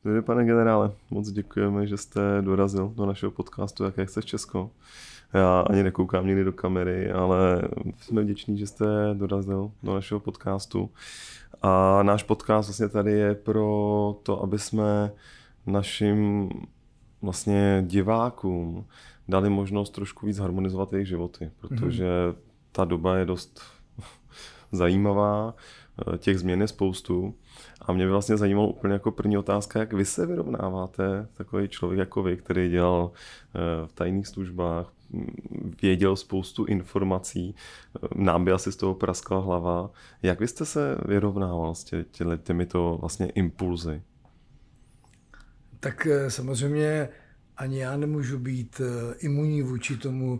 Dobrý, pane generále, moc děkujeme, že jste dorazil do našeho podcastu Jak chceš Česko. Já ani nekoukám nikdy do kamery, ale jsme vděční, že jste dorazil do našeho podcastu. A náš podcast vlastně tady je pro to, aby jsme našim vlastně divákům dali možnost trošku víc harmonizovat jejich životy, protože ta doba je dost zajímavá, těch změn je spoustu. A mě by vlastně zajímalo úplně jako první otázka, jak vy se vyrovnáváte, takový člověk jako vy, který dělal v tajných službách, věděl spoustu informací, nám by asi z toho praskla hlava. Jak vy jste se vyrovnával s těmito vlastně impulzy? Tak samozřejmě ani já nemůžu být imunní vůči tomu,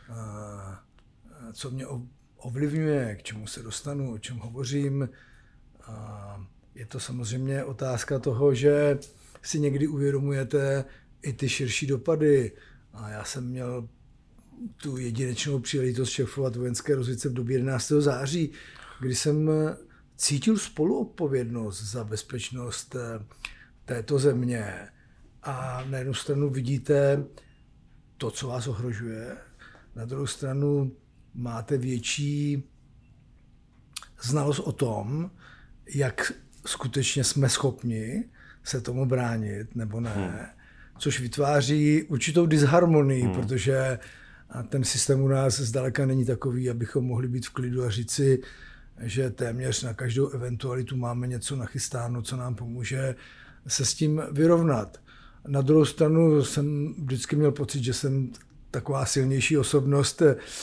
co mě ovlivňuje, k čemu se dostanu, o čem hovořím. Je to samozřejmě otázka toho, že si někdy uvědomujete i ty širší dopady. A já jsem měl tu jedinečnou příležitost šéfovat vojenské rozvědce v době 11. září, kdy jsem cítil spoluodpovědnost za bezpečnost této země. A na jednu stranu vidíte to, co vás ohrožuje, na druhou stranu máte větší znalost o tom, jak skutečně jsme schopni se tomu bránit, nebo ne. Což vytváří určitou disharmonii, protože ten systém u nás zdaleka není takový, abychom mohli být v klidu a říci, že téměř na každou eventualitu máme něco nachystáno, co nám pomůže se s tím vyrovnat. Na druhou stranu jsem vždycky měl pocit, že jsem taková silnější osobnost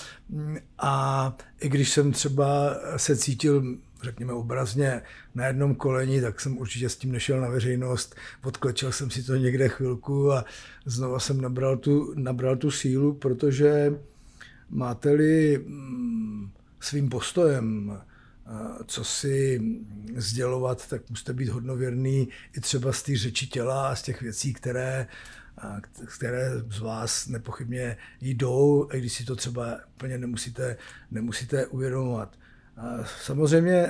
a i když jsem třeba se cítil, řekněme obrazně, na jednom koleni, tak jsem určitě s tím nešel na veřejnost, odklečel jsem si to někde chvilku a znova jsem nabral tu sílu, protože máte-li svým postojem co si sdělovat, tak musíte být hodnověrný i třeba z té řeči těla a z těch věcí, které z vás nepochybně jdou, i když si to třeba úplně nemusíte uvědomovat. Samozřejmě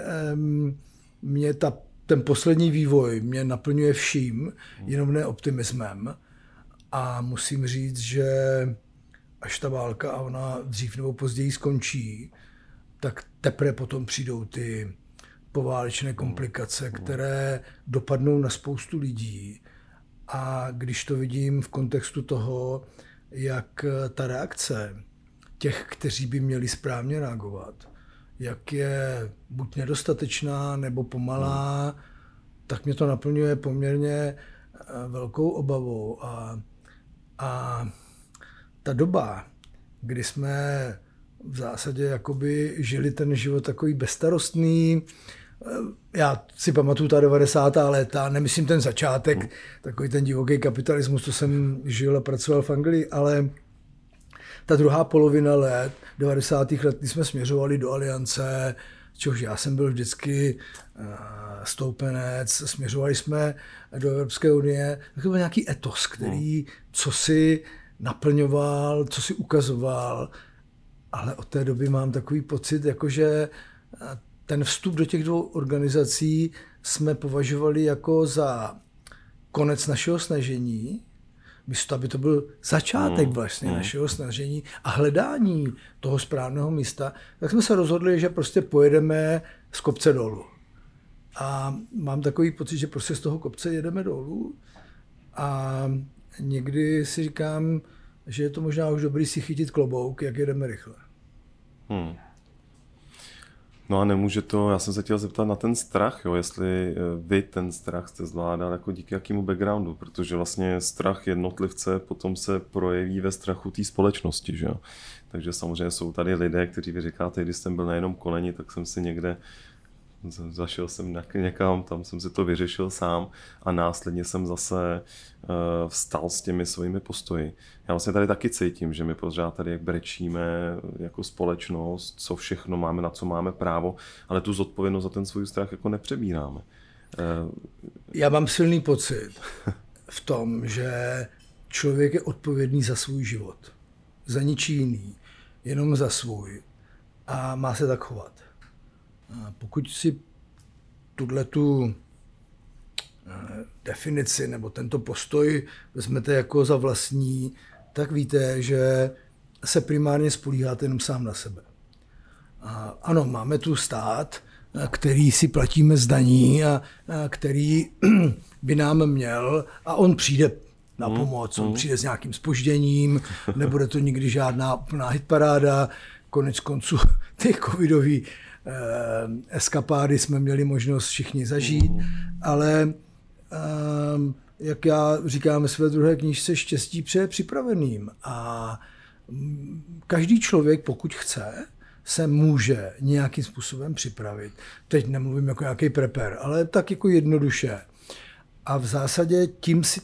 mě ten poslední vývoj mě naplňuje vším, jenom ne optimismem. A musím říct, že až ta válka, a ona dřív nebo později skončí, tak teprve potom přijdou ty poválečné komplikace, které dopadnou na spoustu lidí. A když to vidím v kontextu toho, jak ta reakce těch, kteří by měli správně reagovat, jak je buď nedostatečná nebo pomalá, tak mě to naplňuje poměrně velkou obavou. A ta doba, kdy jsme v zásadě jakoby žili ten život takový bezstarostný. Já si pamatuju ta 90. léta, nemyslím ten začátek, takový ten divoký kapitalismus, to jsem žil a pracoval v Anglii, ale ta druhá polovina let, 90. let, kdy jsme směřovali do aliance, čehož já jsem byl vždycky stoupenec, směřovali jsme do Evropské unie, tak to byl nějaký etos, který co si naplňoval, co si ukazoval. Ale od té doby mám takový pocit, jakože ten vstup do těch dvou organizací jsme považovali jako za konec našeho snažení, místo aby to byl začátek vlastně našeho snažení a hledání toho správného místa, tak jsme se rozhodli, že prostě pojedeme z kopce dolů. A mám takový pocit, že prostě z toho kopce jedeme dolů a někdy si říkám, že je to možná už dobrý si chytit klobouk, jak jedeme rychle. No a nemůže to, já jsem se chtěl zeptat na ten strach, jo, jestli vy ten strach jste zvládal jako díky jakému backgroundu, protože vlastně strach jednotlivce potom se projeví ve strachu té společnosti, že jo. Takže samozřejmě jsou tady lidé, kteří vy říkáte, když jsem byl na jednom koleni, tak jsem si někde zašel jsem někam, tam jsem si to vyřešil sám a následně jsem zase vstal s těmi svými postoji. Já vlastně tady taky cítím, že my pořád tady jak brečíme jako společnost, co všechno máme, na co máme právo, ale tu zodpovědnost za ten svůj strach jako nepřebíráme. Já mám silný pocit v tom, že člověk je odpovědný za svůj život. Za ničí jiný, jenom za svůj. A má se tak chovat. A pokud si definici nebo tento postoj vezmete jako za vlastní, tak víte, že se primárně spolíháte jenom sám na sebe. A ano, máme tu stát, který si platíme z daní a který by nám měl a on přijde na pomoc, on přijde s nějakým zpožděním, nebude to nikdy žádná úplná hitparáda, konec konců ty covidový eskapády jsme měli možnost všichni zažít, ale jak já říkám ve své druhé knížce, štěstí přeje připraveným a každý člověk, pokud chce, se může nějakým způsobem připravit. Teď nemluvím jako nějaký prepper, ale tak jako jednoduše. A v zásadě tím si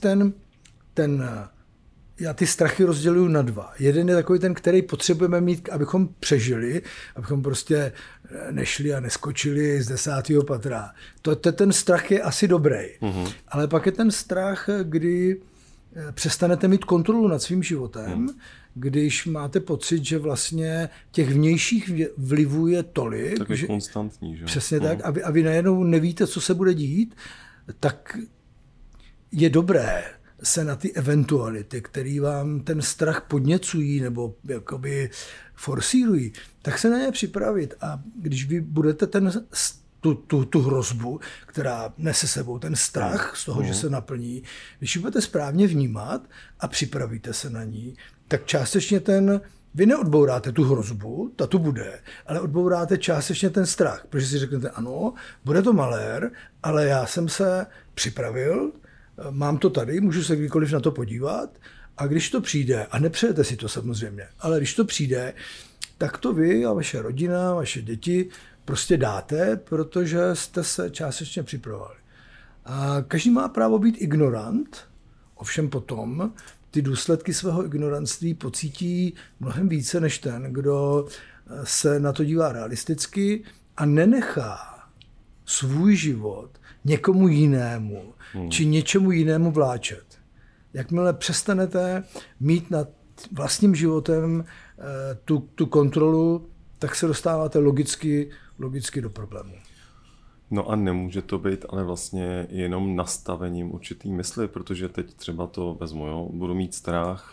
já ty strachy rozděluju na dva. Jeden je takový ten, který potřebujeme mít, abychom přežili, abychom prostě nešli a neskočili z 10. patra. Ten strach je asi dobrý. Ale pak je ten strach, kdy přestanete mít kontrolu nad svým životem, když máte pocit, že vlastně těch vnějších vlivů je tolik. Tak je konstantní, že? Přesně tak. A vy najednou nevíte, co se bude dít, tak je dobré se na ty eventuality, které vám ten strach podněcují nebo jakoby forsírují, tak se na ně připravit. A když vy budete tu hrozbu, která nese sebou ten strach z toho, že se naplní, když ji budete správně vnímat a připravíte se na ní, tak částečně vy neodbouráte tu hrozbu, ta tu bude, ale odbouráte částečně ten strach, protože si řeknete, ano, bude to malér, ale já jsem se připravil, mám to tady, můžu se kdykoliv na to podívat a když to přijde, a nepřejete si to samozřejmě, ale když to přijde, tak to vy a vaše rodina, vaše děti prostě dáte, protože jste se částečně připravovali. A každý má právo být ignorant, ovšem potom ty důsledky svého ignorantství pocítí mnohem více než ten, kdo se na to dívá realisticky a nenechá svůj život někomu jinému či něčemu jinému vláčet. Jakmile přestanete mít nad vlastním životem tu kontrolu, tak se dostáváte logicky do problému. No a nemůže to být ale vlastně jenom nastavením určitý mysli, protože teď třeba to vezmu, jo, budu mít strach,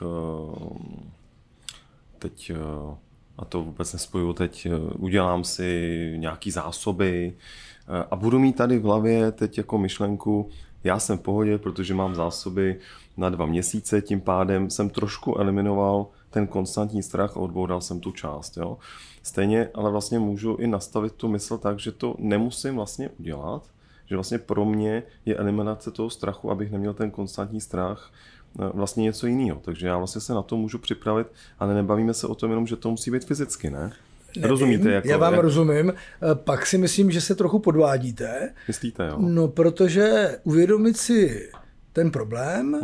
teď, a to vůbec nespojuju, teď udělám si nějaký zásoby a budu mít tady v hlavě teď jako myšlenku, já jsem v pohodě, protože mám zásoby na 2 měsíce, tím pádem jsem trošku eliminoval ten konstantní strach a odboural jsem tu část. Jo. Stejně ale vlastně můžu i nastavit tu mysl tak, že to nemusím vlastně udělat, že vlastně pro mě je eliminace toho strachu, abych neměl ten konstantní strach, vlastně něco jiného. Takže já vlastně se na to můžu připravit, ale nebavíme se o tom jenom, že to musí být fyzicky, ne? Nevím, rozumíte? Jako, já vám rozumím, pak si myslím, že se trochu podvádíte. Myslíte, jo? No, protože uvědomit si ten problém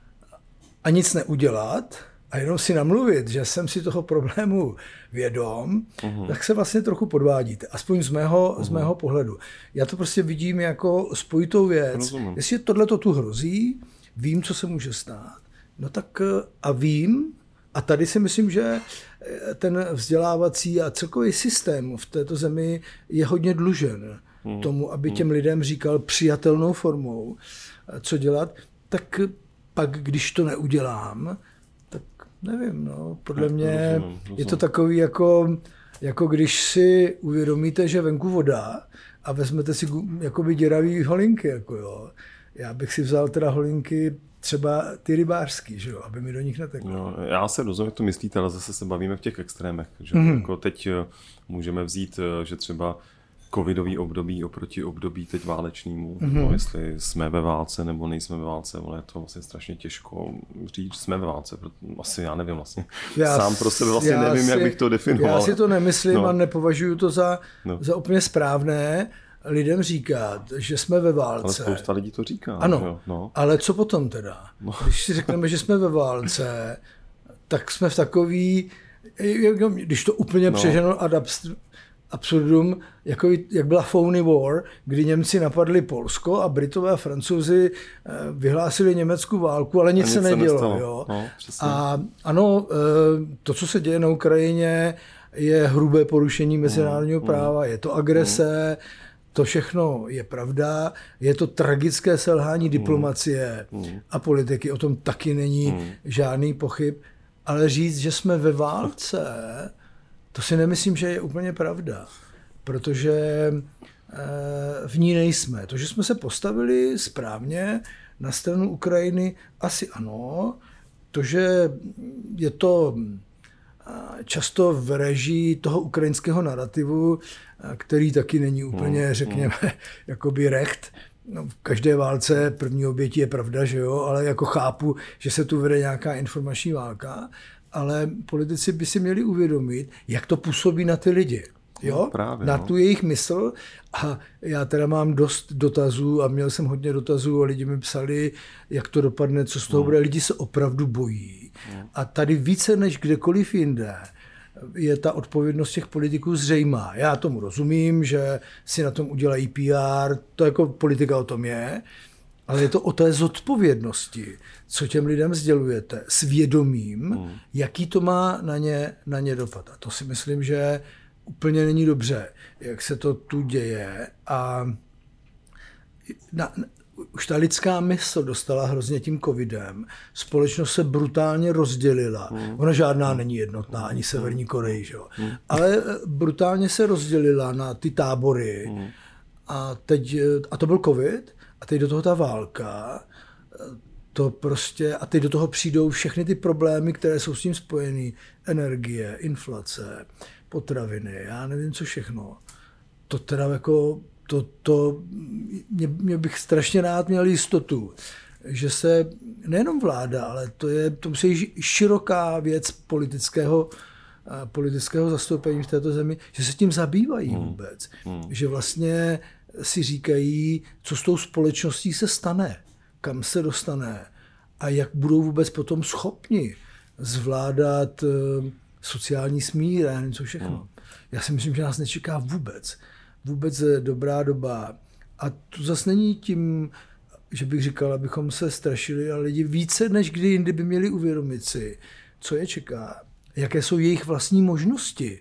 a nic neudělat a jenom si namluvit, že jsem si toho problému vědom, tak se vlastně trochu podvádíte. Aspoň z mého pohledu. Já to prostě vidím jako spojitou věc. Rozumím. Jestli tohleto tu hrozí, vím, co se může stát, no tak a vím, a tady si myslím, že ten vzdělávací a celkový systém v této zemi je hodně dlužen tomu, aby těm lidem říkal přijatelnou formou, co dělat, tak pak, když to neudělám, tak nevím, no, podle mě rozumím. Je to takový jako když si uvědomíte, že venku voda a vezmete si jakoby děravý holinky, jako jo. Já bych si vzal teda holinky třeba ty rybářský, že jo, aby mi do nich neteklo. No, já se rozumím, jak to myslíte, ale zase se bavíme v těch extrémech. Že? Jako teď můžeme vzít, že třeba covidový období oproti období teď válečnému, no, jestli jsme ve válce nebo nejsme ve válce, ale je to vlastně strašně těžko říct, jsme ve válce, asi já nevím vlastně. Sám pro sebe vlastně nevím, jak bych to definoval. Já si to nemyslím a nepovažuji to za úplně správné lidem říkat, že jsme ve válce. Ale spousta lidí to říká. Ano, jo? No. Ale co potom teda? No. Když si řekneme, že jsme ve válce, tak jsme v takový, když to úplně přeženo ad absurdum, jako jak byla Phony War, kdy Němci napadli Polsko a Britové a Francouzi vyhlásili Německu válku, ale nic se nedělo. Jo? No, a ano, to, co se děje na Ukrajině, je hrubé porušení mezinárodního práva, je to agrese, To všechno je pravda, je to tragické selhání diplomacie a politiky, o tom taky není žádný pochyb, ale říct, že jsme ve válce, to si nemyslím, že je úplně pravda, protože v ní nejsme. To, že jsme se postavili správně na stranu Ukrajiny, asi ano. To, že je to často v režii toho ukrajinského narrativu, který taky není úplně, řekněme, jakoby recht. No, v každé válce první obětí je pravda, že jo, ale jako chápu, že se tu vede nějaká informační válka, ale politici by si měli uvědomit, jak to působí na ty lidi. Jo? No, právě, na tu jejich mysl. A já teda mám dost dotazů a měl jsem hodně dotazů a lidi mi psali, jak to dopadne, co z toho bude. Lidi se opravdu bojí. A tady více než kdekoliv jinde je ta odpovědnost těch politiků zřejmá. Já tomu rozumím, že si na tom udělají PR, to jako politika o tom je, ale je to o té zodpovědnosti, co těm lidem sdělujete, s vědomím, jaký to má na ně dopad. A to si myslím, že úplně není dobře, jak se to tu děje. A už ta lidská mysl dostala hrozně tím covidem. Společnost se brutálně rozdělila. Ona žádná není jednotná, ani Severní Koreji, že? Ale brutálně se rozdělila na ty tábory. A to byl covid, a teď do toho ta válka. To prostě, a teď do toho přijdou všechny ty problémy, které jsou s tím spojený. Energie, inflace, potraviny, já nevím, co všechno. To teda jako, mě bych strašně rád měl jistotu, že se nejenom vláda, ale to musí široká věc politického zastoupení v této zemi, že se tím zabývají vůbec. Že vlastně si říkají, co s tou společností se stane, kam se dostane a jak budou vůbec potom schopni zvládat sociální smír a nevím co všechno. Já si myslím, že nás nečeká vůbec dobrá doba. A to zase není tím, že bych říkal, abychom se strašili, ale lidi více než kdy jindy by měli uvědomit si, co je čeká, jaké jsou jejich vlastní možnosti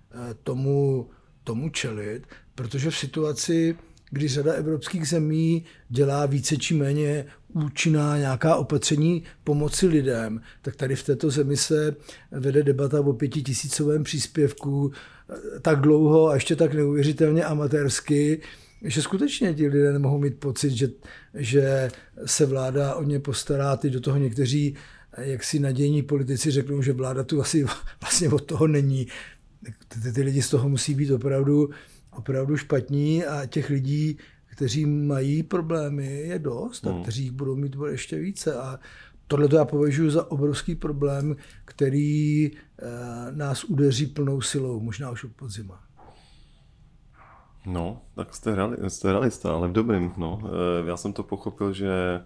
tomu čelit, protože v situaci, kdy řada evropských zemí dělá více či méně účinná nějaká opatření pomoci lidem, tak tady v této zemi se vede debata o 5 000 příspěvku tak dlouho a ještě tak neuvěřitelně amatérsky, že skutečně ti lidé nemohou mít pocit, že se vláda o ně postará. Ty do toho někteří jaksi nadějní politici řeknou, že vláda tu asi vlastně od toho není. Ty lidi z toho musí být opravdu špatní a těch lidí, kteří mají problémy, je dost a kteří jich budou mít ještě více. A tohle já považuji za obrovský problém, který nás udeří plnou silou, možná už od podzima. No, tak jste realista, ale v dobrým. No. Já jsem to pochopil, že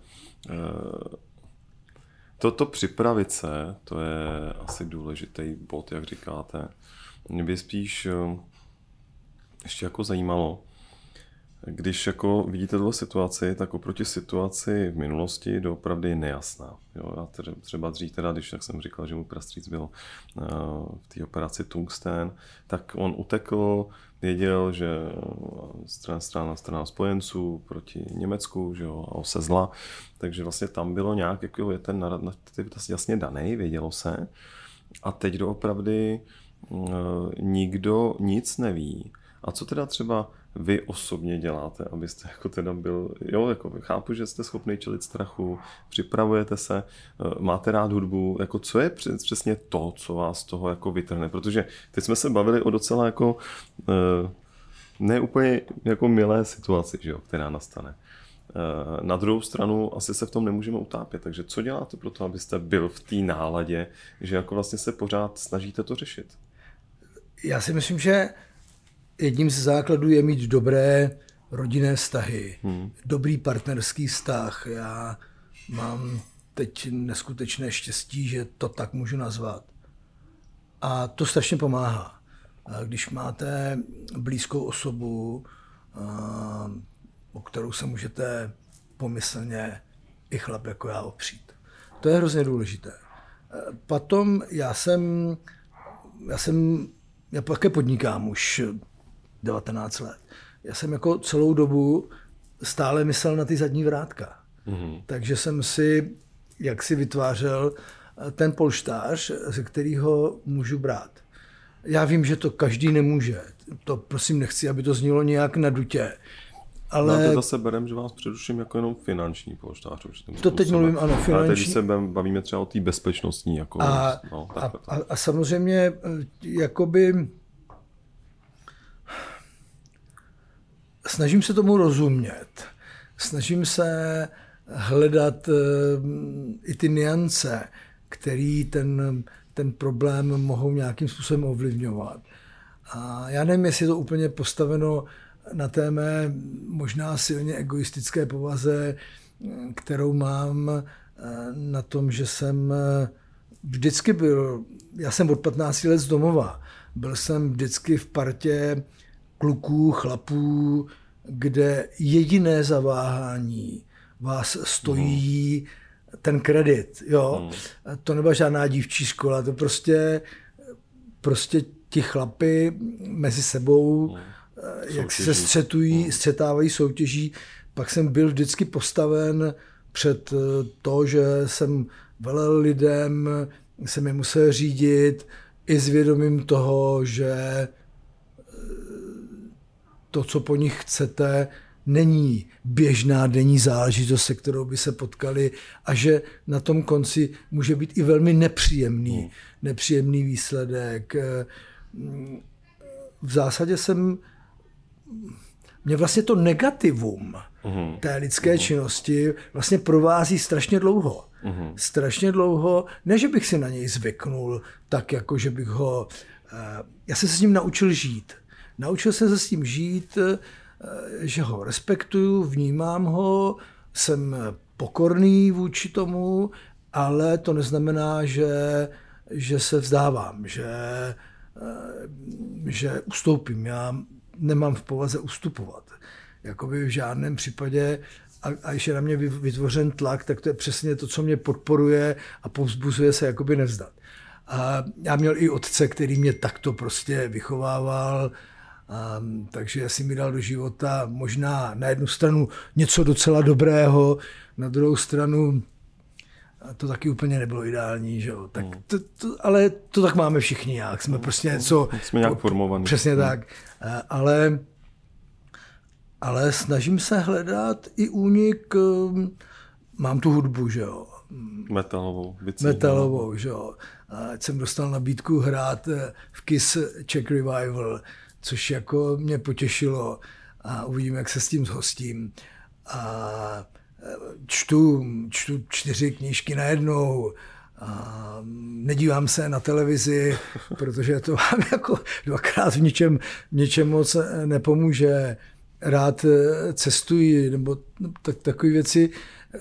toto připravit se, to je asi důležitý bod, jak říkáte. Mě by spíš ještě jako zajímalo, když jako vidíte tuto situaci, tak oproti situaci v minulosti doopravdy je nejasná. Jo, já třeba dřív, když tak jsem říkal, že mu prastříc byl v té operaci Tungsten, tak on utekl, věděl, že strana spojenců proti Německu, že jo, a se zla, takže vlastně tam bylo nějak, jako je ten narrativ jasně daný, vědělo se, a teď doopravdy nikdo nic neví. A co teda třeba vy osobně děláte, abyste jako teda byl, jo, jako chápu, že jste schopný čelit strachu, připravujete se, máte rád hudbu, jako co je přesně to, co vás z toho jako vytrhne, protože teď jsme se bavili o docela jako ne úplně jako milé situaci, že jo, která nastane. Na druhou stranu asi se v tom nemůžeme utápět, takže co děláte pro to, abyste byl v té náladě, že jako vlastně se pořád snažíte to řešit? Já si myslím, že jedním z základů je mít dobré rodinné vztahy, dobrý partnerský vztah. Já mám teď neskutečné štěstí, že to tak můžu nazvat. A to strašně pomáhá. Když máte blízkou osobu, o kterou se můžete pomyslně i chlap jako já opřít. To je hrozně důležité. Potom já také podnikám už 19 let. já jsem jako celou dobu stále myslel na ty zadní vrátka. Takže jsem si jaksi vytvářel ten polštář, ze kterého můžu brát. Já vím, že to každý nemůže. To prosím nechci, aby to znělo nějak nadutě. Ale no, zase berem, že vás předuším jako jenom finanční polštář. To teď mluvím, ano, finanční. Ale teď se bavíme třeba o té bezpečnostní. Jako, a samozřejmě jakoby snažím se tomu rozumět. Snažím se hledat i ty nuance, který ten problém mohou nějakým způsobem ovlivňovat. A já nevím, jestli je to úplně postaveno na té mé možná silně egoistické povaze, kterou mám na tom, že jsem vždycky byl, já jsem od 15 let z domova, byl jsem vždycky v partě kluků, chlapů, kde jediné zaváhání vás stojí ten kredit. Jo? To nebyla žádná dívčí škola, to prostě ti chlapi mezi sebou jak si se střetávají, soutěží. Pak jsem byl vždycky postaven před to, že jsem velel lidem, jsem je musel řídit i s vědomím toho, že to, co po nich chcete, není běžná denní záležitost, se kterou by se potkali a že na tom konci může být i velmi nepříjemný výsledek. V zásadě mě vlastně to negativum té lidské činnosti vlastně provází strašně dlouho. Strašně dlouho, ne, že bych si na něj zvyknul, tak jako, že bych ho... Já jsem se s ním naučil žít. Naučil jsem se s tím žít, že ho respektuju, vnímám ho, jsem pokorný vůči tomu, ale to neznamená, že se vzdávám, že ustoupím. Já nemám v povaze ustupovat. Jakoby v žádném případě, a když je na mě vytvořen tlak, tak to je přesně to, co mě podporuje a povzbuzuje se jakoby nevzdat. A já měl i otce, který mě takto prostě vychovával, takže si mi dal do života možná na jednu stranu něco docela dobrého, na druhou stranu to taky úplně nebylo ideální, že jo. Tak ale to tak máme všichni nějak, jsme prostě něco... Jsme nějak formovaní. Přesně tak, ale snažím se hledat i únik, mám tu hudbu, že jo. Metalovou, že jo. Ať jsem dostal nabídku hrát v Kiss Czech Revival, což jako mě potěšilo a uvidím, jak se s tím zhostím. A čtu 4 knížky najednou, a nedívám se na televizi, protože to vám jako dvakrát v ničem moc nepomůže. Rád cestuji, nebo takové věci.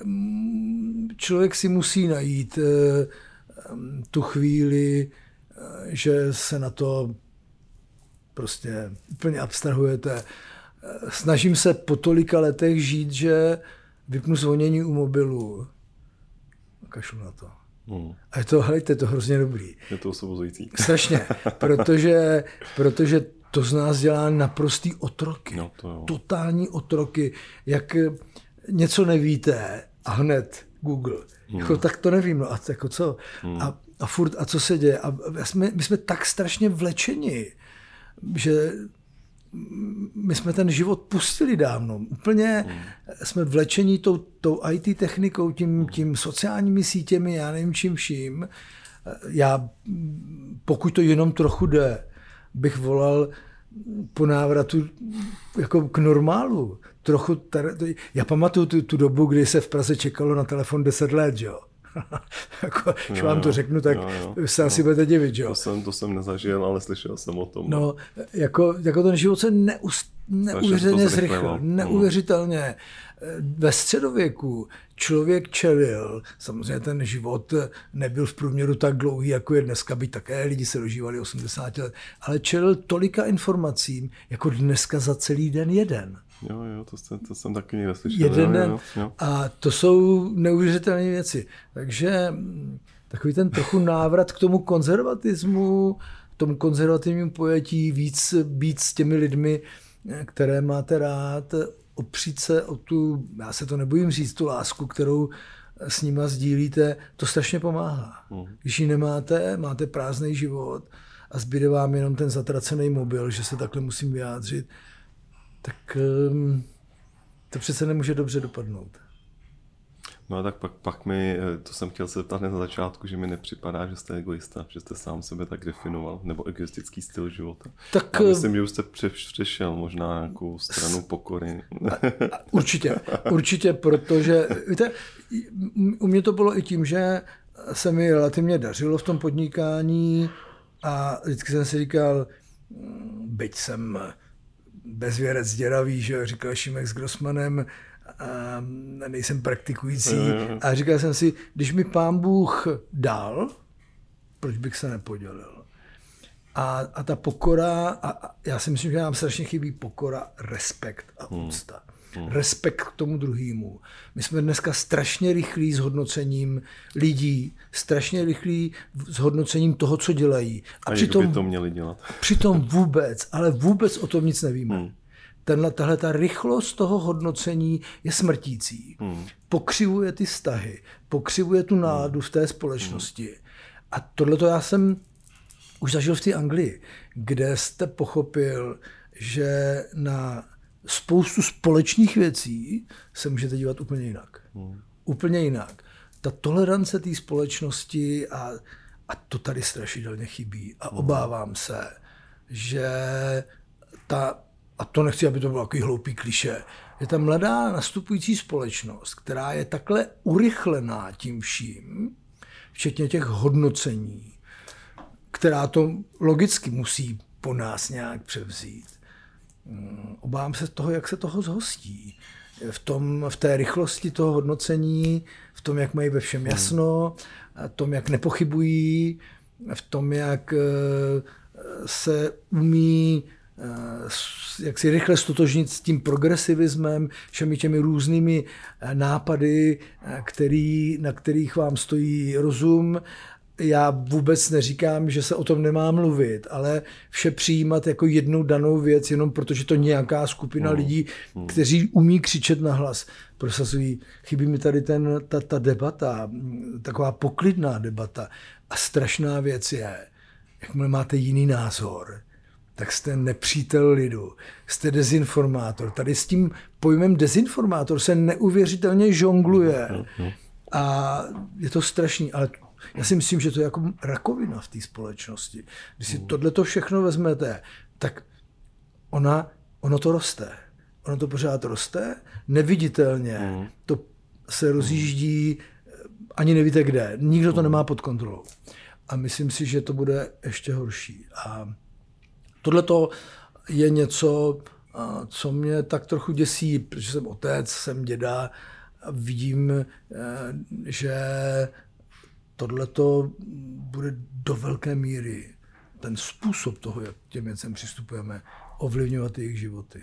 Člověk si musí najít tu chvíli, že se na to prostě úplně abstrahujete. Snažím se po tolika letech žít, že vypnu zvonění u mobilu a kašlu na to. A je to hrozně dobrý. Je to osvobozující. Strašně, protože to z nás dělá naprostý otroky. No, to totální otroky. Jak něco nevíte a hned Google. Jako, tak to nevím, no a jako co? A furt, a co se děje? A my jsme tak strašně vlečeni, že my jsme ten život pustili dávno. Úplně jsme vlečeni tou IT technikou, tím sociálními sítěmi, já nevím čím vším. Já, pokud to jenom trochu jde, bych volal po návratu jako k normálu. Já pamatuju tu dobu, kdy se v Praze čekalo na telefon 10 let, jo. Jako, když vám to řeknu, tak se asi budete divit, jo. To jsem nezažil, ale slyšel jsem o tom. No, jako ten život se neuvěřitelně zrychlil. Neuvěřitelně. Ve středověku člověk čelil, samozřejmě ten život nebyl v průměru tak dlouhý, jako je dneska, byť také lidi se dožívali 80 let, ale čelil tolika informacím, jako dneska za celý den jeden. Jo, to jsem taky někde slyšel. Jeden den. A to jsou neuvěřitelné věci. Takže takový ten trochu návrat k tomu konzervatismu, tomu konzervativnímu pojetí, víc být s těmi lidmi, které máte rád, opřít se o tu, já se to nebojím říct, tu lásku, kterou s nima sdílíte, to strašně pomáhá. Když ji nemáte, máte prázdný život a zbyde vám jenom ten zatracený mobil, že se takhle musím vyjádřit, tak to přece nemůže dobře dopadnout. No a tak pak to jsem chtěl se zeptat na začátku, že mi nepřipadá, že jste egoista, že jste sám sebe tak definoval, nebo egoistický styl života. Tak, já myslím, že už jste přešel možná nějakou stranu pokory. Určitě, protože víte, u mě to bylo i tím, že se mi relativně dařilo v tom podnikání a vždycky jsem si říkal, byť jsem bezvěrec děravý, že říkal Šimek s Grossmanem, a nejsem praktikující. A říkal jsem si, když mi Pán Bůh dal, proč bych se nepodělil? A ta pokora, a já si myslím, že nám strašně chybí pokora, respekt a úcta. Respekt k tomu druhému. My jsme dneska strašně rychlí s hodnocením lidí, strašně rychlí s hodnocením toho, co dělají. A přitom, jak by to měli dělat? Přitom vůbec o tom nic nevíme. Tahle ta rychlost toho hodnocení je smrtící. Pokřivuje ty vztahy, pokřivuje tu náladu v té společnosti. A tohleto já jsem už zažil v té Anglii, kde jste pochopil, že na spoustu společných věcí se můžete dívat úplně jinak. Úplně jinak. Ta tolerance té společnosti a to tady strašidelně chybí. A obávám se, že a to nechci, aby to bylo takový hloupý klišé, je ta mladá nastupující společnost, která je takhle urychlená tím vším, včetně těch hodnocení, která to logicky musí po nás nějak převzít. Obávám se toho, jak se toho zhostí. V té rychlosti toho hodnocení, v tom, jak mají ve všem jasno, v tom, jak nepochybují, v tom, jak se umí jak si rychle stotožnit s tím progresivismem, všemi těmi různými nápady, na kterých vám stojí rozum. Já vůbec neříkám, že se o tom nemá mluvit, ale vše přijímat jako jednu danou věc, jenom protože to nějaká skupina lidí, kteří umí křičet nahlas, prosazují. Chybí mi tady ta debata, taková poklidná debata. A strašná věc je, jakmile máte jiný názor, tak jste nepřítel lidu, jste dezinformátor. Tady s tím pojmem dezinformátor se neuvěřitelně žongluje. A je to strašný, ale já si myslím, že to je jako rakovina v té společnosti. Když si tohleto všechno vezmete, tak ono to roste. Ono to pořád roste, neviditelně. To se rozjíždí, ani nevíte kde. Nikdo to nemá pod kontrolou. A myslím si, že to bude ještě horší. A tohleto je něco, co mě tak trochu děsí, protože jsem otec, jsem děda a vidím, že tohleto bude do velké míry ten způsob toho, jak těm věcem přistupujeme, ovlivňovat jejich životy.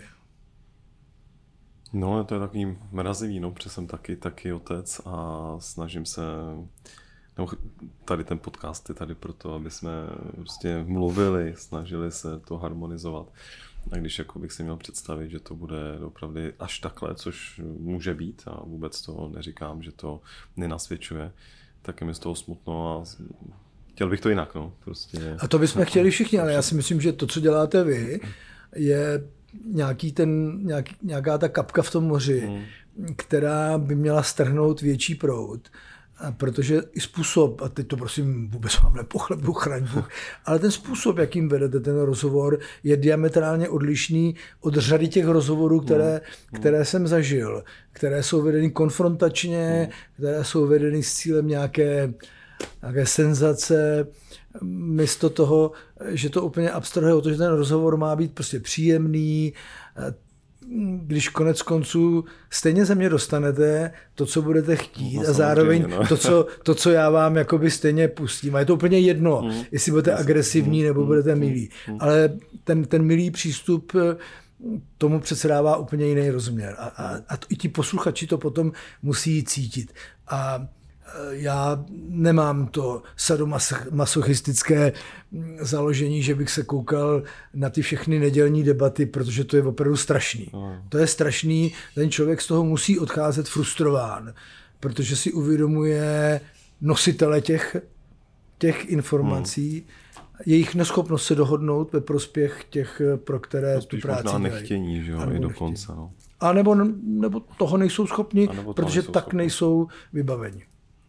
No, to je takový mrazivý, protože jsem taky otec a snažím se, tady ten podcast je tady proto, aby jsme prostě mluvili, snažili se to harmonizovat. A když jako bych si měl představit, že to bude opravdu až takhle, což může být a vůbec to neříkám, že to nenasvědčuje, tak je mi z toho smutno a chtěl bych to jinak. Prostě. A to bychom chtěli všichni, ale já si myslím, že to, co děláte vy, je nějaká ta kapka v tom moři, která by měla strhnout větší proud. Protože i způsob, a teď to prosím vůbec vám nepochlebu, chraň Bůh, ale ten způsob, jakým vedete ten rozhovor, je diametrálně odlišný od řady těch rozhovorů, které jsem zažil, které jsou vedeny konfrontačně, které jsou vedeny s cílem nějaké senzace, místo toho, že to úplně abstrahuje o to, že ten rozhovor má být prostě příjemný, když konec konců stejně ze mě dostanete to, co budete chtít a zároveň to, co já vám jakoby stejně pustím. A je to úplně jedno, jestli budete agresivní nebo budete milí. Ale ten milý přístup tomu přece dává úplně jiný rozměr. A i ti posluchači to potom musí cítit. A Já nemám to sadomasochistické založení, že bych se koukal na ty všechny nedělní debaty, protože to je opravdu strašný. To je strašný, ten člověk z toho musí odcházet frustrován, protože si uvědomuje nositele těch informací, jejich neschopnost se dohodnout ve prospěch těch, pro které tu práci dělají. Nechtění, že jo, i dokonce. No. A nebo toho nejsou schopni, protože tak nejsou vybaveni.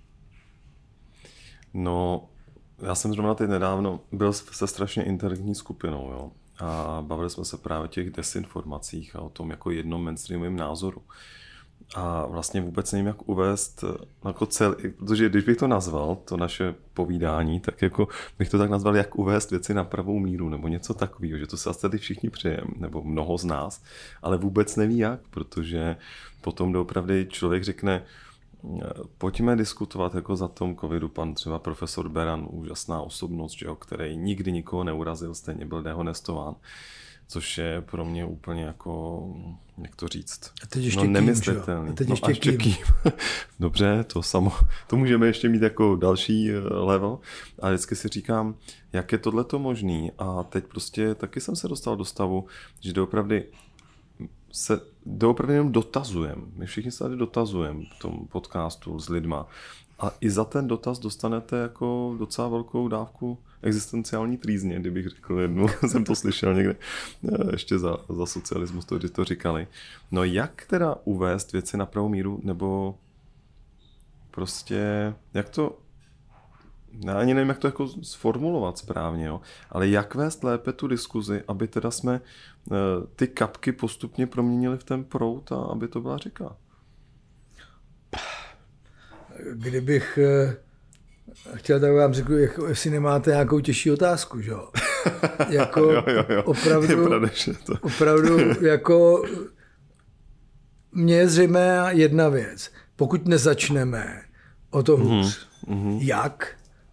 No, já jsem zrovna teď nedávno byl se strašně inteligentní skupinou, jo, a bavili jsme se právě o těch desinformacích a o tom jako jednom mainstreamovém názoru. A vlastně vůbec nevím, jak uvést jako celý, protože když bych to nazval, to naše povídání, tak jako bych to tak nazval, jak uvést věci na pravou míru, nebo něco takového, že to se asi tady všichni přejeme, nebo mnoho z nás, ale vůbec neví jak, protože potom doopravdy člověk řekne, pojďme diskutovat jako za tom covidu, pan třeba profesor Beran, úžasná osobnost, že jo, který nikdy nikoho neurazil, stejně byl dehonestován, což je pro mě úplně jako, jak to říct, nemyslitelný. Kým. Dobře, to můžeme ještě mít jako další level, ale vždycky si říkám, jak je tohleto možný, a teď prostě taky jsem se dostal do stavu, že doopravdy jenom dotazujeme. My všichni se tady dotazujeme v tom podcastu s lidma. A i za ten dotaz dostanete jako docela velkou dávku existenciální trýzně, kdybych řekl jednu. Jsem to slyšel někde ještě za socialismus, kdy to říkali. No jak teda uvést věci na pravou míru, nebo prostě jak to... Já ani nevím, jak to jako sformulovat správně, jo? Ale jak vést lépe tu diskuzi, aby teda jsme ty kapky postupně proměnili v ten proud a aby to byla řeka? Kdybych chtěl, tak vám řeknu, jestli nemáte nějakou těžší otázku, že jo? Jako jo. Opravdu jako mně je zřejmé jedna věc. Pokud nezačneme o to hůř, jak?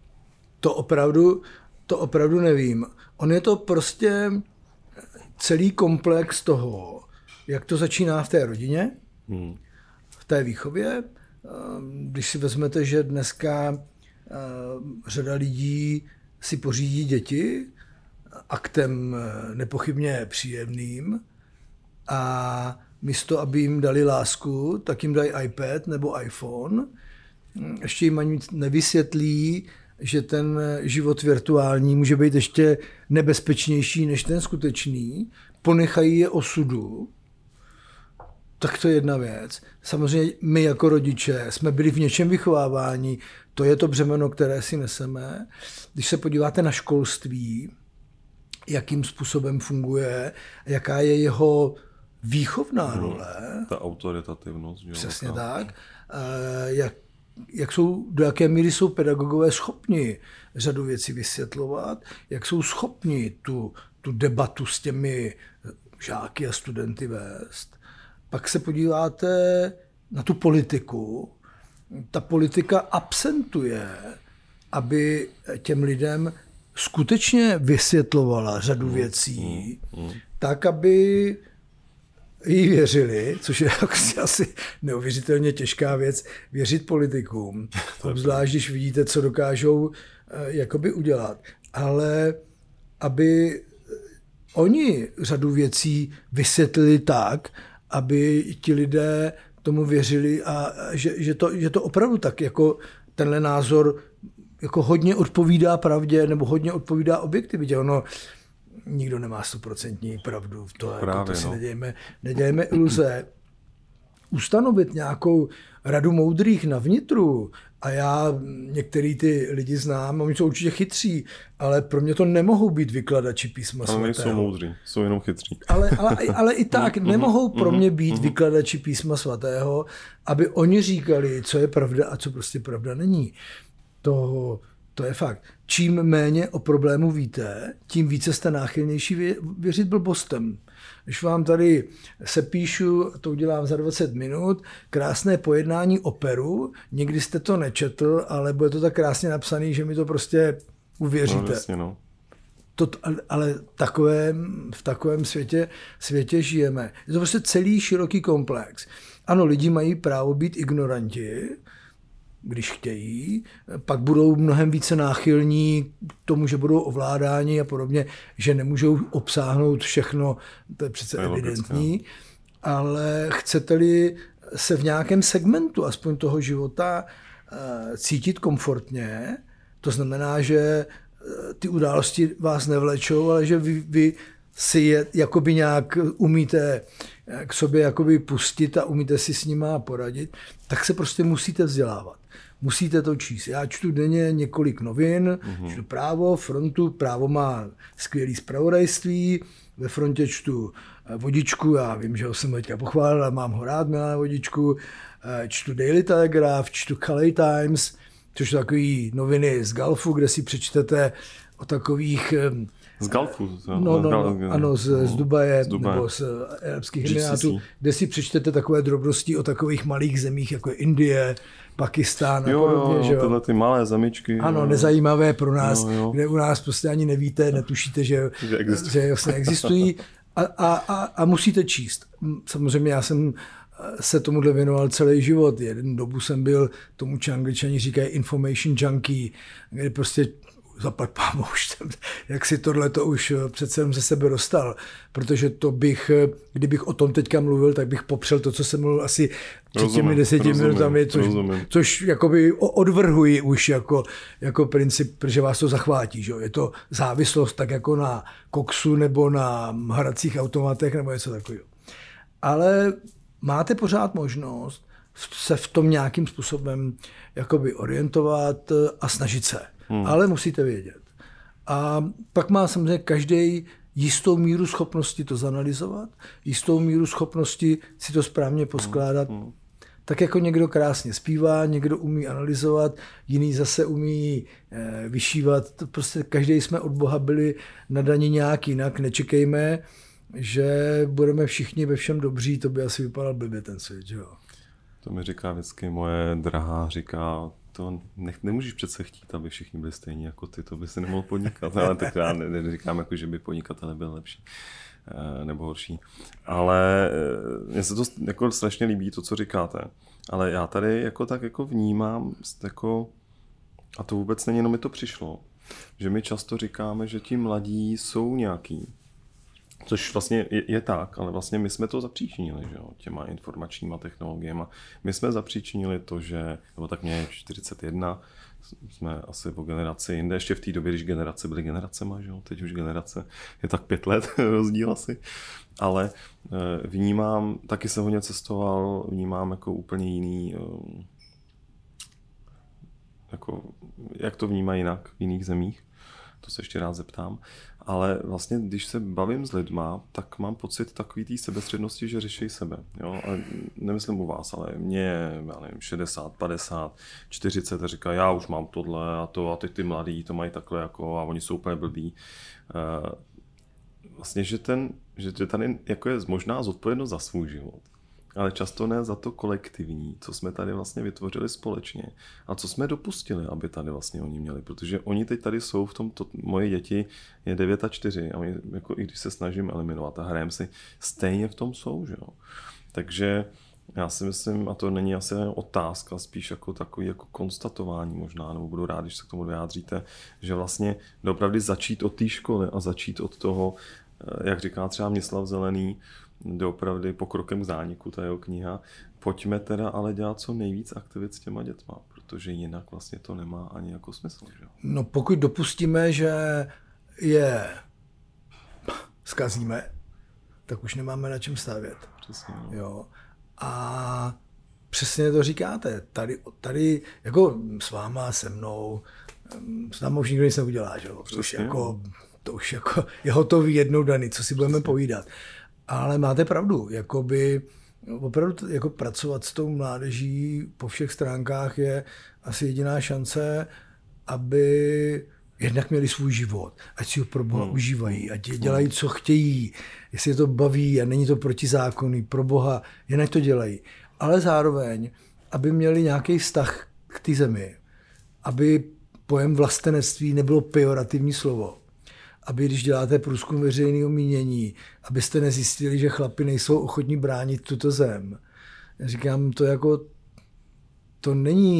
To opravdu nevím. On je to prostě celý komplex toho, jak to začíná v té rodině, v té výchově. Když si vezmete, že dneska řada lidí si pořídí děti aktem nepochybně příjemným a místo, aby jim dali lásku, tak jim dají iPad nebo iPhone. Ještě jim ani nevysvětlí, že ten život virtuální může být ještě nebezpečnější než ten skutečný, ponechají je osudu, tak to je jedna věc. Samozřejmě my jako rodiče jsme byli v něčem vychováváni, to je to břemeno, které si neseme. Když se podíváte na školství, jakým způsobem funguje, jaká je jeho výchovná role. Ta autoritativnost. Přesně tak. Do jaké míry jsou pedagogové schopni řadu věcí vysvětlovat, jak jsou schopni tu debatu s těmi žáky a studenty vést. Pak se podíváte na tu politiku. Ta politika absentuje, aby těm lidem skutečně vysvětlovala řadu věcí, tak, aby jí věřili, což je asi neuvěřitelně těžká věc, věřit politikům. Obzvlášť, když vidíte, co dokážou jakoby udělat. Ale aby oni řadu věcí vysvětlili tak, aby ti lidé tomu věřili a že to opravdu tak, jako tenhle názor jako hodně odpovídá pravdě nebo hodně odpovídá objektivitě. Ono nikdo nemá 100% pravdu v to, jako to si nedějeme iluze. Ustanovit nějakou radu moudrých na vnitru, a já některý ty lidi znám, oni jsou určitě chytří, ale pro mě to nemohou být vykladači písma svatého. Ale nejsou moudří, jsou jenom chytří. Ale i tak nemohou pro mě být vykladači písma svatého, aby oni říkali, co je pravda a co prostě pravda není. To je fakt. Čím méně o problému víte, tím více jste náchylnější věřit blbostem. Když vám tady sepíšu, to udělám za 20 minut, krásné pojednání o Peru, nikdy jste to nečetl, ale bude to tak krásně napsaný, že mi to prostě uvěříte. No, jasně, no. Ale v takovém světě žijeme. Je to prostě celý široký komplex. Ano, lidi mají právo být ignoranti, když chtějí, pak budou mnohem více náchylní k tomu, že budou ovládáni a podobně, že nemůžou obsáhnout všechno, to je přece evidentní, ale chcete-li se v nějakém segmentu aspoň toho života cítit komfortně, to znamená, že ty události vás nevlečou, ale že vy si je jakoby nějak umíte k sobě jakoby pustit a umíte si s nima poradit, tak se prostě musíte vzdělávat. Musíte to číst. Já čtu denně několik novin, čtu Právo, Frontu, Právo má skvělý zpravodajství, ve Frontě čtu Vodičku, já vím, že ho jsem teďka pochválil, ale mám ho rád, Milana Vodičku, čtu Daily Telegraph, čtu Calais Times, což jsou takový noviny z Gulfu, kde si přečtete o takových... Z Gulfu? Ano, z Dubaje nebo z Arabských Emirátů, kde si přečtete takové drobnosti o takových malých zemích, jako je Indie, Pakistán a podobně. Jo, tyhle ty malé zemičky. Ano, nezajímavé pro nás, kde u nás prostě ani nevíte, netušíte, že vlastně existují a musíte číst. Samozřejmě já jsem se tomuhle věnoval celý život. Jeden dobu jsem byl tomu, co Angličani říkají information junkie, kde prostě zaplať pámu už, jak si tohleto už přece jsem ze sebe dostal, protože to bych, kdybych o tom teďka mluvil, tak bych popřel to, co jsem mluvil asi před těmi 10 minutami, což jakoby odvrhuji už jako princip, protože vás to zachvátí. Že? Je to závislost tak jako na koksu nebo na hracích automatech nebo něco takového. Ale máte pořád možnost se v tom nějakým způsobem jakoby orientovat a snažit se. Ale musíte vědět. A pak má samozřejmě každý jistou míru schopnosti to zanalyzovat, jistou míru schopnosti si to správně poskládat. Tak jako někdo krásně zpívá, někdo umí analyzovat, jiný zase umí vyšívat. Prostě každý jsme od Boha byli nadaní nějak jinak. Nečekejme, že budeme všichni ve všem dobří, to by asi vypadal blbě ten svět. Jo? To mi říká vždycky moje drahá, říká, to nemůžeš přece chtít, aby všichni byli stejní jako ty, to by si nemohl podnikat, ale tak já neříkám, jako, že by podnikatel byl lepší nebo horší. Ale mně se to jako strašně líbí, to, co říkáte. Ale já tady jako tak jako vnímám, jako, a to vůbec není, jenom mi to přišlo, že my často říkáme, že ti mladí jsou nějaký. Což vlastně je tak, ale vlastně my jsme to zapříčinili, že jo, těma informačníma technologiemi. My jsme zapříčinili to, že, nebo tak mě je 41, jsme asi po generaci jinde, ještě v té době, když generace byly generacema, že jo, teď už generace je tak 5 let rozdíl asi, ale vnímám, taky jsem hodně cestoval, vnímám jako úplně jiný, jako, jak to vnímají jinak v jiných zemích, to se ještě rád zeptám. Ale vlastně, když se bavím s lidma, tak mám pocit takový té sebestřednosti, že řeší sebe. Jo? A nemyslím u vás, ale mě, já nevím, 60, 50, 40 a říká, já už mám tohle a to a teď ty mladí to mají takhle jako a oni jsou úplně blbí. Vlastně, že tady jako je možná zodpovědnost za svůj život, ale často ne za to kolektivní, co jsme tady vlastně vytvořili společně a co jsme dopustili, aby tady vlastně oni měli, protože oni teď tady jsou v tom, moje děti je 9 a 4 a oni, jako i když se snažím eliminovat a hrajeme si, stejně v tom jsou, že jo. Takže já si myslím, a to není asi otázka, spíš jako takový jako konstatování možná, nebo budu rád, když se k tomu vyjádříte, že vlastně doopravdy začít od té školy a začít od toho, jak říká třeba Měslav Zelený, doopravdy pokrokem k zániku, ta jeho kniha. Pojďme teda ale dělat co nejvíc aktivit s těma dětma, protože jinak vlastně to nemá ani jako smysl. Že? No pokud dopustíme, že je zkazíme, tak už nemáme na čem stavět. Přesně. Jo. A přesně to říkáte. Tady jako s váma, se mnou, s námi už nikdo nic neudělá. Že? To už jako je hotový jednou daný, co si budeme povídat. Ale máte pravdu, jakoby opravdu jako pracovat s tou mládeží po všech stránkách je asi jediná šance, aby jednak měli svůj život, ať si ho pro Boha užívají, ať dělají, co chtějí, jestli je to baví a není to protizákonný, pro Boha, jen to dělají. Ale zároveň, aby měli nějaký vztah k té zemi, aby pojem vlastenectví nebylo pejorativní slovo. Aby když děláte průzkum veřejného mínění, abyste nezjistili, že chlapi nejsou ochotní bránit tuto zem. Já říkám, to není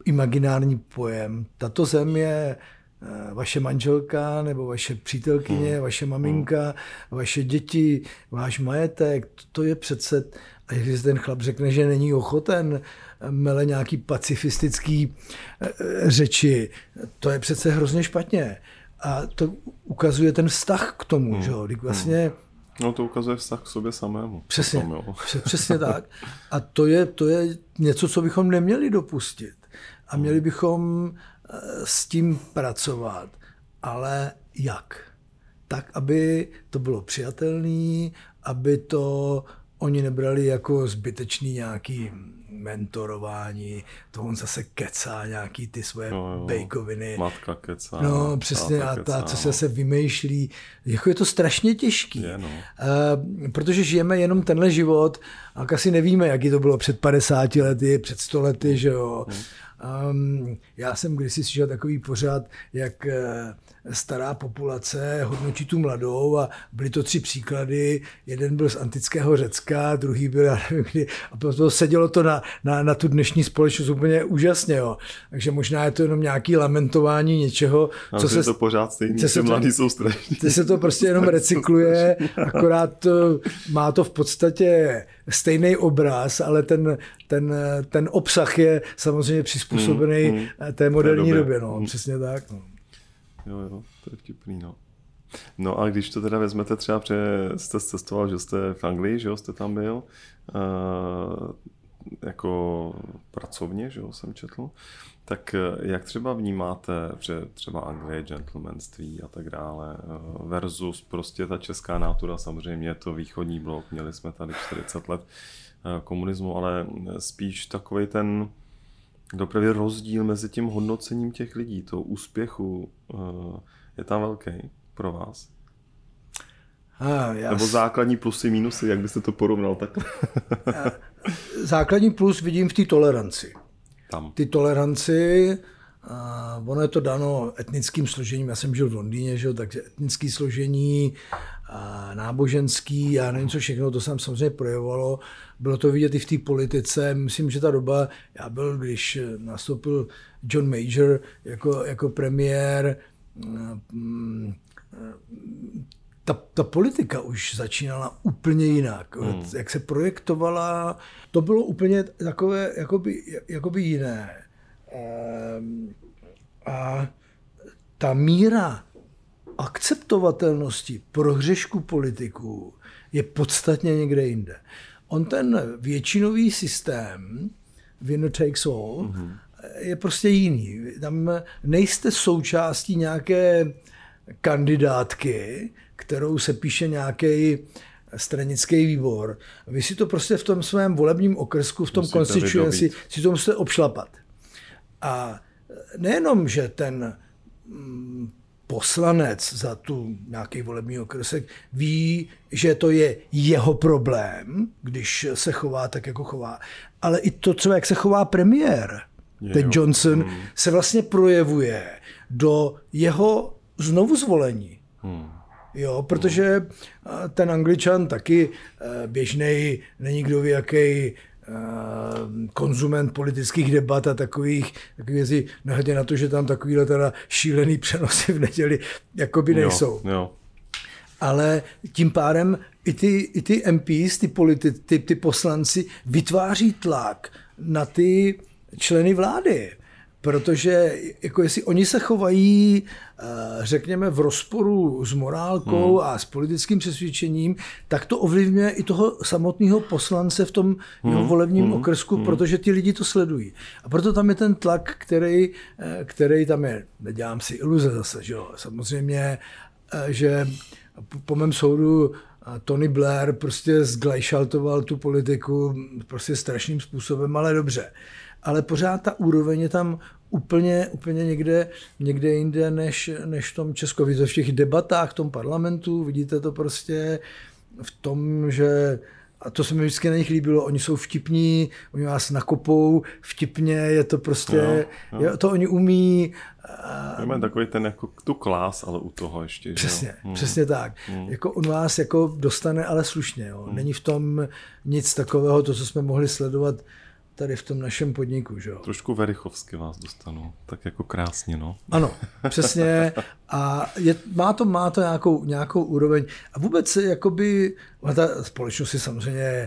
imaginární pojem. Tato zem je vaše manželka, nebo vaše přítelkyně, vaše maminka, vaše děti, váš majetek. To je přece, a když ten chlap řekne, že není ochoten, mele nějaký pacifistický řeči, to je přece hrozně špatně. A to ukazuje ten vztah k tomu, že jo? Vlastně no to ukazuje vztah k sobě samému. Přesně, potom, přesně tak. A to je něco, co bychom neměli dopustit. A měli bychom s tím pracovat. Ale jak? Tak, aby to bylo přijatelné, aby to oni nebrali jako zbytečný nějaký mentorování, to on zase kecá nějaký ty svoje bejkoviny. Matka kecá. No přesně, a ta, co se zase vymýšlí. Jako je to strašně těžký. Je, no. Protože žijeme jenom tenhle život a asi nevíme, jaký to bylo před 50 lety, před 100 lety, že jo. Já jsem kdysi slyšel takový pořad, jak stará populace hodnotí tu mladou a byly to 3 příklady. Jeden byl z antického Řecka, druhý byl, já nevím kdy, a potom sedělo to na tu dnešní společnost úplně úžasně. Jo. Takže možná je to jenom nějaký lamentování něčeho, co se to pořád stejný, že mladí jsou strašní. Se to prostě jenom recykluje, akorát má to v podstatě stejný obraz, ale ten obsah je samozřejmě přizpůsobený té moderní době. No. Přesně tak. No. Jo, to je vtipný, no. No a když to teda vezmete třeba, jste cestoval, že jste v Anglii, že jo, jste tam byl, jako pracovně, že jo, jsem četl, tak jak třeba vnímáte, že třeba Anglie, gentlemanství a tak dále, versus prostě ta česká nátura, samozřejmě to východní blok, měli jsme tady 40 let komunismu, ale spíš takovej ten dopravě rozdíl mezi tím hodnocením těch lidí, toho úspěchu, je tam velký pro vás? Nebo základní plusy, minusy, jak byste to porovnal takhle? Základní plus vidím v té toleranci. Tam. Ty toleranci, ono je to dano etnickým složením, já jsem žil v Londýně, že? Takže etnické složení, náboženský, já nevím co všechno, to se samozřejmě projevovalo. Bylo to vidět i v té politice. Myslím, že ta doba, já byl, když nastoupil John Major jako premiér, ta politika už začínala úplně jinak. Jak se projektovala, to bylo úplně takové jakoby jiné. A ta míra akceptovatelnosti prohřešku politiků je podstatně někde jinde. On ten většinový systém, winner takes all, je prostě jiný. Tam nejste součástí nějaké kandidátky, kterou se píše nějaký stranický výbor. Vy si to prostě v tom svém volebním okrsku, v tom constituency, si to musíte obšlapat. A nejenom, že ten poslanec za tu nějaký volební okrsek ví, že to je jeho problém, když se chová tak, jako chová. Ale i to třeba, jak se chová premiér, ten Johnson, se vlastně projevuje do jeho znovuzvolení. Jo, protože ten Angličan taky běžnej, není kdo ví, jaký konzument politických debat a takových věcí, nehledě na to, že tam takovýhle teda šílený přenosy v neděli jakoby nejsou. Jo. Ale tím pádem i ty MPs, ty poslanci vytváří tlak na ty členy vlády. Protože jako jestli oni se chovají, řekněme, v rozporu s morálkou a s politickým přesvědčením, tak to ovlivňuje i toho samotného poslance v tom jeho volebním okrsku, protože ty lidi to sledují. A proto tam je ten tlak, který tam je. Nedělám si iluze zase, že jo. Samozřejmě, že po mém soudu Tony Blair prostě zglajšaltoval tu politiku prostě strašným způsobem, ale dobře. Ale pořád ta úroveň je tam úplně někde jinde než v tom Česku. Vy to v těch debatách, v tom parlamentu, vidíte to prostě v tom, že, a to se mi vždycky na nich líbilo, oni jsou vtipní, oni vás nakopou vtipně, je to prostě, to oni umí. Máme takový ten jako tu klás, ale u toho ještě. Přesně tak. Jako on vás jako dostane, ale slušně. Jo. Není v tom nic takového, to, co jsme mohli sledovat tady v tom našem podniku. Že? Trošku Verichovsky vás dostanu, tak jako krásně, no. Ano, přesně. A má to nějakou úroveň. A vůbec jakoby, ta společnost je samozřejmě,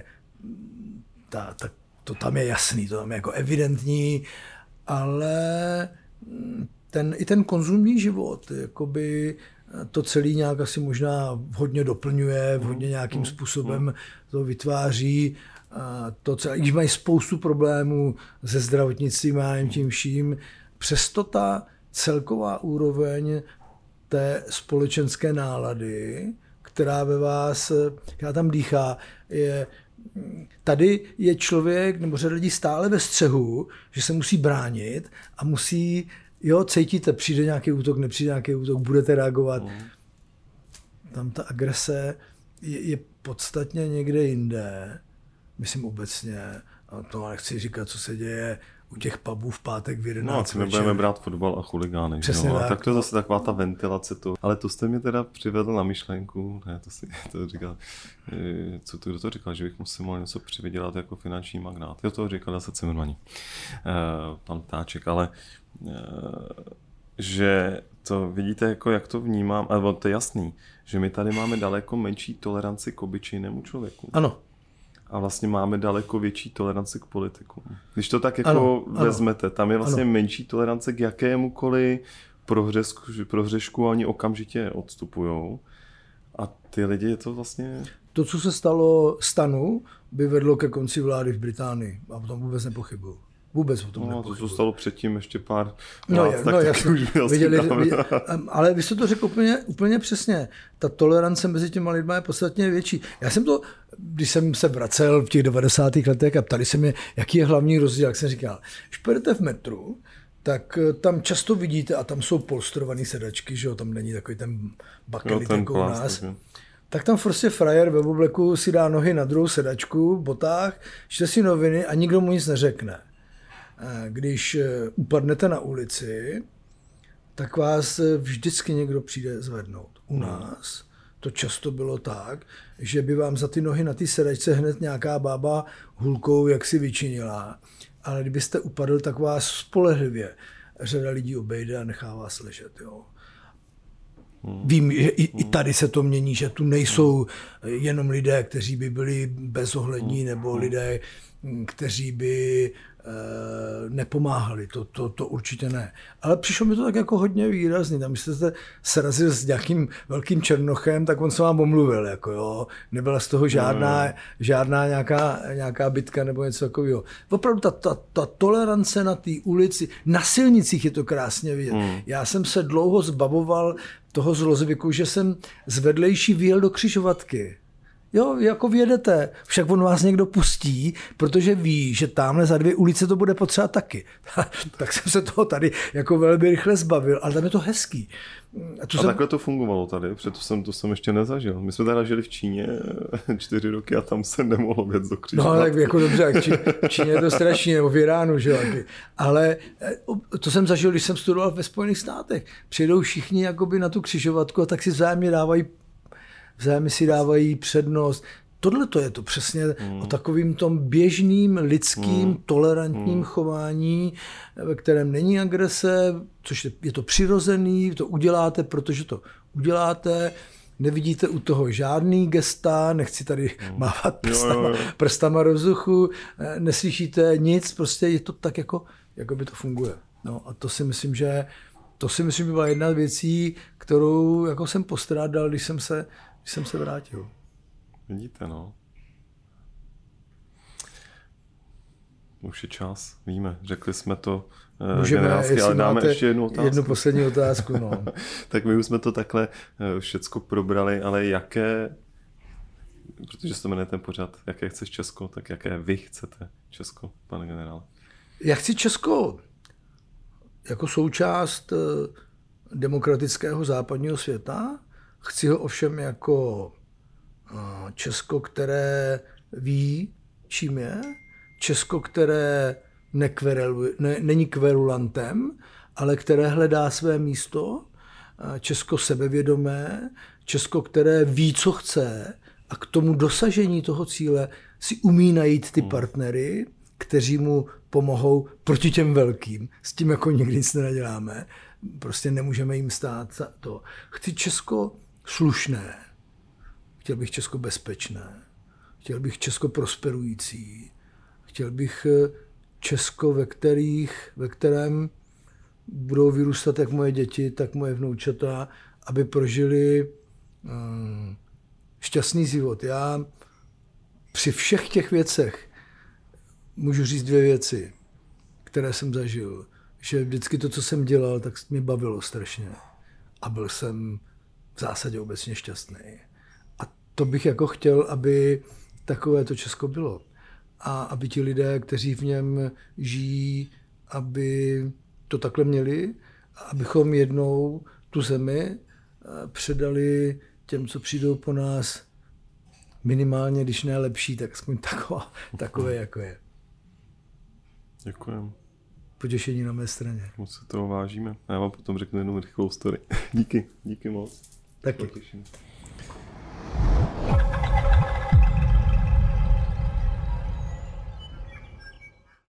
to tam je jasný, to tam je jako evidentní, ale i ten konzumní život, jakoby to celý nějak asi možná hodně doplňuje, hodně nějakým způsobem to vytváří. To celé, když mají spoustu problémů se zdravotnictvím a tím vším, přesto ta celková úroveň té společenské nálady, která ve vás, která tam dýchá, tady je člověk nebo řada lidí stále ve střehu, že se musí bránit a musí, cítíte, přijde nějaký útok, nepřijde nějaký útok, budete reagovat. Tam ta agrese je podstatně někde jinde, myslím obecně, a to nechci říkat, co se děje u těch pubů v pátek v 11 večer. Budeme brát fotbal a chuligány. Přesně tak. Tak to je zase taková ta ventilace. Ale to jste mě teda přivedl na myšlenku, to říkal, kdo to říkal, že bych musel mohl něco přivydělat jako finanční magnát. To říkal zase Cimrmani, pan Ptáček, ale že to vidíte, jako jak to vnímám, ale to je jasný, že my tady máme daleko menší toleranci k obyčejnému člověku. Ano. A vlastně máme daleko větší toleranci k politikům. Když to tak jako vezmete, tam je vlastně menší tolerance k jakémukoliv prohřešku a oni okamžitě odstupujou. A ty lidi je to vlastně... To, co se stalo Stanu, by vedlo ke konci vlády v Británii. A o tom vůbec nepochybuju. Vůbec o tom nepochybuju. To se stalo předtím ještě pár ale vy jste to řekl úplně přesně. Ta tolerance mezi těma lidma je podstatně větší. Já jsem to, když jsem se vracel v těch 90. letech a ptali se mě, jaký je hlavní rozdíl, jak jsem říkal, když pojedete v metru, tak tam často vidíte, a tam jsou polstrované sedačky, že jo, tam není takový ten bakelit jako u nás. Tak tam prostě frajer ve obleku si dá nohy na druhou sedačku v botách, čte si noviny a nikdo mu nic neřekne. Když upadnete na ulici, tak vás vždycky někdo přijde zvednout. U nás to často bylo tak, že by vám za ty nohy na té sedačce hned nějaká bába hulkou jaksi vyčinila, ale kdybyste upadl, tak vás spolehlivě řada lidí obejde a nechá vás ležet. Jo. Vím, že i tady se to mění, že tu nejsou jenom lidé, kteří by byli bezohlední, nebo lidé, kteří by nepomáhali, to určitě ne. Ale přišlo mi to tak jako hodně výrazný. Tam, když jste srazil s nějakým velkým černochem, tak on se vám omluvil. Jako jo. Nebyla z toho žádná nějaká bitka nebo něco takového. Opravdu ta tolerance na té ulici, na silnicích je to krásně vidět. Já jsem se dlouho zbavoval toho zlozvyku, že jsem z vedlejší vyjel do křižovatky. Jo, jako vědete, však on vás někdo pustí, protože ví, že tamhle za 2 ulice to bude potřeba taky. Tak jsem se toho tady jako velmi rychle zbavil, ale tam je to hezký. Takhle to fungovalo tady, to jsem ještě nezažil. My jsme teda žili v Číně 4 roky a tam se nemohlo věc do křižovatky. No tak jako dobře, v Číně je to strašně, nebo v Iránu, že jo. Ale to jsem zažil, když jsem studoval ve Spojených státech. Přijedou všichni jakoby na tu křižovatku a tak si vzájemně si dávají přednost. Tohle to je to přesně o takovým tom běžným, lidským, tolerantním chování, ve kterém není agrese, což je to přirozený, to uděláte, protože to uděláte, nevidíte u toho žádný gesta, nechci tady mávat prstama do vzduchu, neslyšíte nic, prostě je to tak, jako by to funguje. No a to si myslím, že byla jedna z věcí, kterou jako jsem postrádal, když jsem se vrátil. Vidíte, no. Už je čas, víme, řekli jsme to generálsky, ale dáme ještě jednu otázku. Jednu poslední otázku, no. Tak my už jsme to takhle všecko probrali, ale jaké, protože se to jmenuje ten pořad, jaké chceš Česko, tak jaké vy chcete Česko, pane generále? Já chci Česko jako součást demokratického západního světa, chci ho ovšem jako Česko, které ví, čím je, Česko, které není kverulantem, ale které hledá své místo, Česko sebevědomé, Česko, které ví, co chce a k tomu dosažení toho cíle si umí najít ty partnery kteří mu pomohou proti těm velkým. S tím jako nikdy nic nenaděláme. Prostě nemůžeme jim stát za to. Chci Česko slušné. Chtěl bych Česko bezpečné. Chtěl bych Česko prosperující. Chtěl bych Česko, ve kterém budou vyrůstat jak moje děti, tak moje vnoučata, aby prožili šťastný život. Já při všech těch věcech můžu říct 2 věci, které jsem zažil. Že vždycky to, co jsem dělal, tak mě bavilo strašně. A byl jsem v zásadě obecně šťastný. A to bych jako chtěl, aby takové to Česko bylo. A aby ti lidé, kteří v něm žijí, aby to takhle měli, a abychom jednou tu zemi předali těm, co přijdou po nás, minimálně, když ne lepší, tak aspoň takové, jako je. Děkujem. Potěšení na mé straně. Moc se toho vážíme. A já vám potom řeknu jednu rychlou story. Díky moc. Taky. Potěšení.